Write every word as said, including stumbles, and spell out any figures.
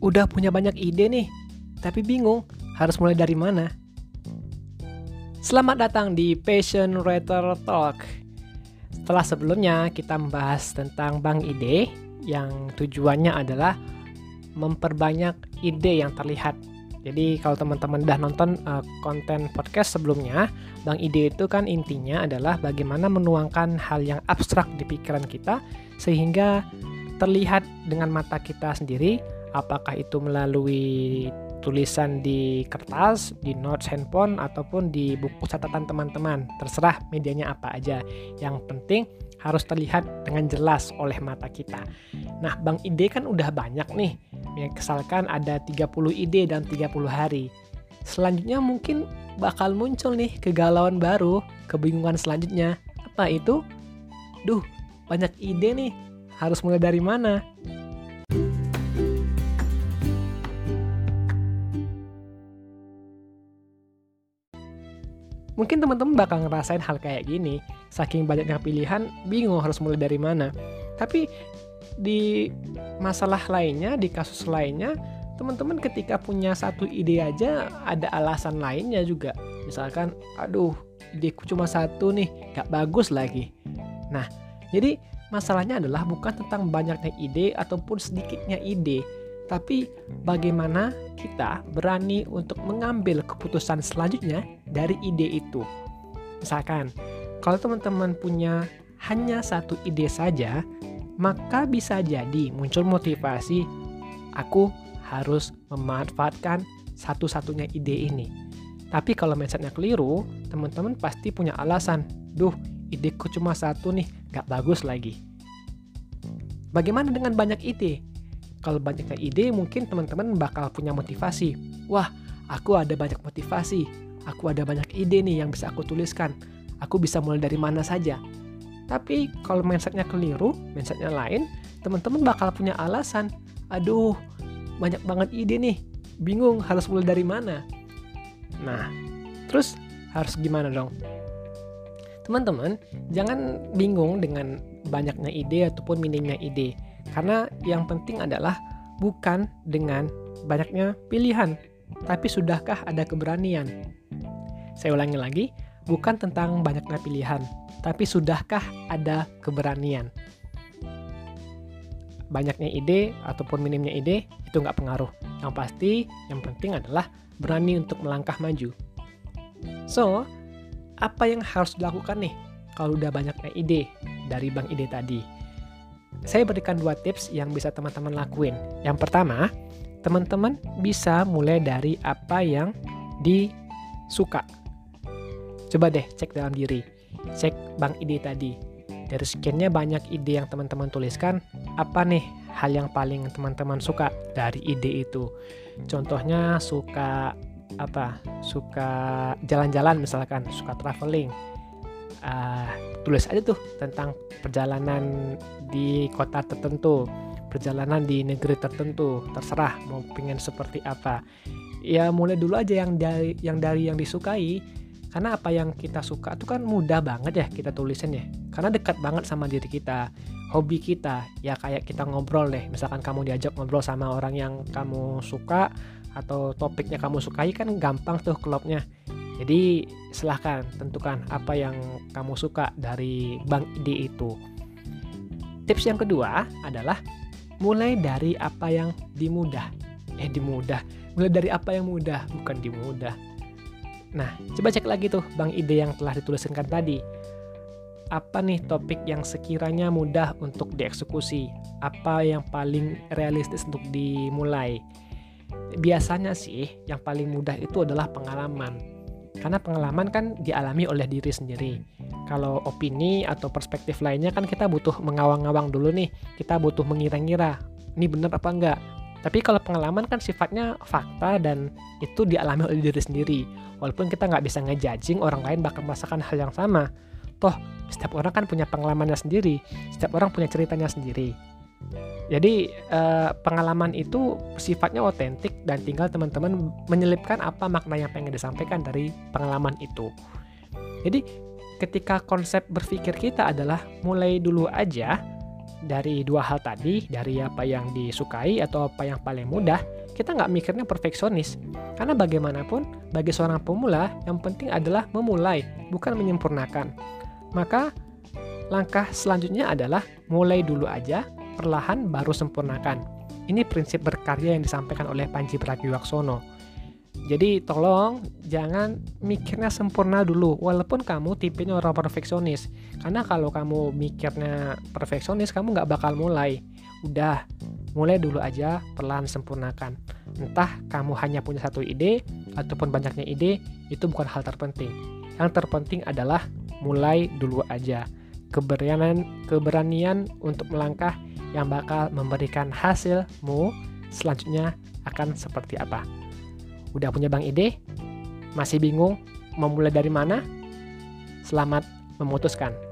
Udah punya banyak ide nih, tapi bingung harus mulai dari mana. Selamat datang di Passion Writer Talk. Setelah sebelumnya kita membahas tentang bank ide yang tujuannya adalah memperbanyak ide yang terlihat. Jadi kalau teman-teman udah nonton uh, konten podcast sebelumnya, bank ide itu kan intinya adalah bagaimana menuangkan hal yang abstrak di pikiran kita sehingga terlihat dengan mata kita sendiri, apakah itu melalui tulisan di kertas, di notes handphone, ataupun di buku catatan teman-teman. Terserah medianya apa aja. Yang penting harus terlihat dengan jelas oleh mata kita. Nah, bank ide kan udah banyak nih. Misalkan ada tiga puluh ide dan tiga puluh hari. Selanjutnya mungkin bakal muncul nih kegalauan baru, kebingungan selanjutnya. Apa itu? Duh, banyak ide nih. Harus mulai dari mana? Mungkin teman-teman bakal ngerasain hal kayak gini. Saking banyaknya pilihan, bingung harus mulai dari mana. Tapi di masalah lainnya, di kasus lainnya, teman-teman ketika punya satu ide aja ada alasan lainnya juga. Misalkan, aduh, ideku cuma satu nih, gak bagus lagi. Nah, jadi masalahnya adalah bukan tentang banyaknya ide ataupun sedikitnya ide, tapi bagaimana kita berani untuk mengambil keputusan selanjutnya dari ide itu. Misalkan, kalau teman-teman punya hanya satu ide saja, maka bisa jadi muncul motivasi, aku harus memanfaatkan satu-satunya ide ini. Tapi kalau mindsetnya keliru, teman-teman pasti punya alasan, duh, ideku cuma satu nih, gak bagus lagi. Bagaimana dengan banyak ide? Kalau banyaknya ide, mungkin teman-teman bakal punya motivasi. Wah, aku ada banyak motivasi, aku ada banyak ide nih yang bisa aku tuliskan. Aku bisa mulai dari mana saja. Tapi kalau mindsetnya keliru, mindsetnya lain, teman-teman bakal punya alasan. Aduh, banyak banget ide nih, bingung harus mulai dari mana. Nah, terus harus gimana dong? Teman-teman, jangan bingung dengan banyaknya ide ataupun minimnya ide. Karena yang penting adalah bukan dengan banyaknya pilihan, tapi sudahkah ada keberanian. Saya ulangi lagi, bukan tentang banyaknya pilihan, tapi sudahkah ada keberanian. Banyaknya ide ataupun minimnya ide itu nggak pengaruh. Yang pasti, yang penting adalah berani untuk melangkah maju. So, apa yang harus dilakukan nih kalau udah banyaknya ide dari bank ide tadi? Saya berikan dua tips yang bisa teman-teman lakuin. Yang pertama, teman-teman bisa mulai dari apa yang disuka. Coba deh cek dalam diri, cek bank ide tadi. Dari sekiannya banyak ide yang teman-teman tuliskan, apa nih hal yang paling teman-teman suka dari ide itu? Contohnya suka apa? Suka jalan-jalan misalkan, suka traveling. Uh, tulis aja tuh tentang perjalanan di kota tertentu, perjalanan di negeri tertentu, terserah mau pengen seperti apa. Ya mulai dulu aja yang dari yang dari yang disukai. Karena apa yang kita suka itu kan mudah banget ya kita tulisin ya. Karena dekat banget sama diri kita, hobi kita. Ya kayak kita ngobrol deh. Misalkan kamu diajak ngobrol sama orang yang kamu suka atau topiknya kamu sukai kan gampang tuh klopnya. Jadi silahkan tentukan apa yang kamu suka dari bank ide itu. Tips yang kedua adalah mulai dari apa yang dimudah. Eh dimudah. Mulai dari apa yang mudah, bukan dimudah. Nah, coba cek lagi tuh bank ide yang telah dituliskan tadi. Apa nih topik yang sekiranya mudah untuk dieksekusi? Apa yang paling realistis untuk dimulai? Biasanya sih yang paling mudah itu adalah pengalaman. Karena pengalaman kan dialami oleh diri sendiri. Kalau opini atau perspektif lainnya kan kita butuh mengawang-awang dulu nih. Kita butuh mengira-ngira, ini benar apa enggak. Tapi kalau pengalaman kan sifatnya fakta dan itu dialami oleh diri sendiri. Walaupun kita nggak bisa ngejudging orang lain bakal merasakan hal yang sama. Toh, setiap orang kan punya pengalamannya sendiri. Setiap orang punya ceritanya sendiri. Jadi eh, pengalaman itu sifatnya otentik dan tinggal teman-teman menyelipkan apa makna yang pengen disampaikan dari pengalaman itu. Jadi ketika konsep berpikir kita adalah mulai dulu aja dari dua hal tadi, dari apa yang disukai atau apa yang paling mudah, kita nggak mikirnya perfeksionis. Karena bagaimanapun, bagi seorang pemula, yang penting adalah memulai, bukan menyempurnakan. Maka, langkah selanjutnya adalah mulai dulu aja, perlahan baru sempurnakan. Ini prinsip berkarya yang disampaikan oleh Pandji Pragiwaksono. Jadi tolong jangan mikirnya sempurna dulu, walaupun kamu tipenya orang perfeksionis. Karena kalau kamu mikirnya perfeksionis, kamu nggak bakal mulai. Udah, mulai dulu aja, perlahan sempurnakan. Entah kamu hanya punya satu ide, ataupun banyaknya ide, itu bukan hal terpenting. Yang terpenting adalah mulai dulu aja. Keberanian, keberanian untuk melangkah yang bakal memberikan hasilmu selanjutnya akan seperti apa. Udah punya bang ide? Masih bingung mau mulai dari mana? Selamat memutuskan.